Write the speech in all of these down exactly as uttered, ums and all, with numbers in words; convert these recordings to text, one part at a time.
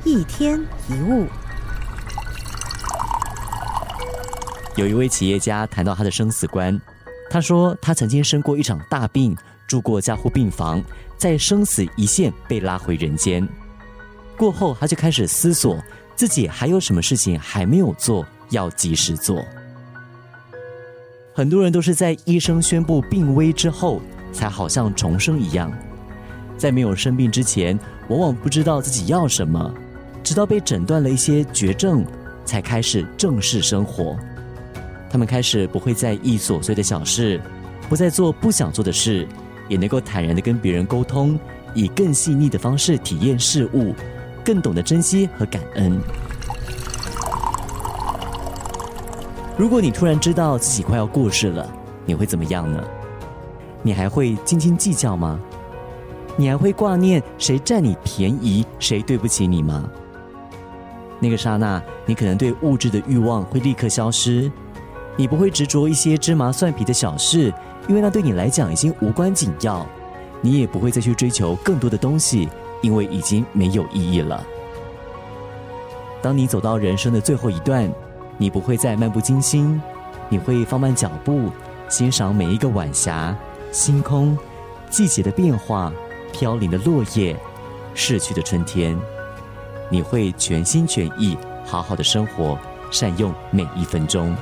一天一物。 有一位企业家谈到他的生死观，他说他曾经生过一场大病，住过加护病房，在生死一线被拉回人间。过后他就开始思索自己还有什么事情还没有做，要及时做。很多人都是在医生宣布病危之后，才好像重生一样。在没有生病之前，往往不知道自己要什么，直到被诊断了一些绝症，才开始正视生活。他们开始不会在意琐碎的小事，不再做不想做的事，也能够坦然地跟别人沟通，以更细腻的方式体验事物，更懂得珍惜和感恩。如果你突然知道自己快要过世了，你会怎么样呢？你还会斤斤计较吗？你还会挂念谁占你便宜，谁对不起你吗？那个刹那，你可能对物质的欲望会立刻消失，你不会执着一些芝麻蒜皮的小事，因为那对你来讲已经无关紧要。你也不会再去追求更多的东西，因为已经没有意义了。当你走到人生的最后一段，你不会再漫不经心，你会放慢脚步，欣赏每一个晚霞、星空、季节的变化、飘零的落叶、逝去的春天。你会全心全意好好的生活，善用每一分钟。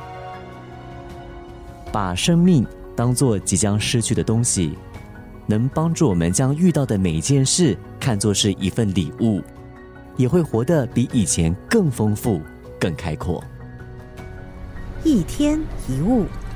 把生命当作即将失去的东西，能帮助我们将遇到的每一件事看作是一份礼物，也会活得比以前更丰富、更开阔。 一天一物。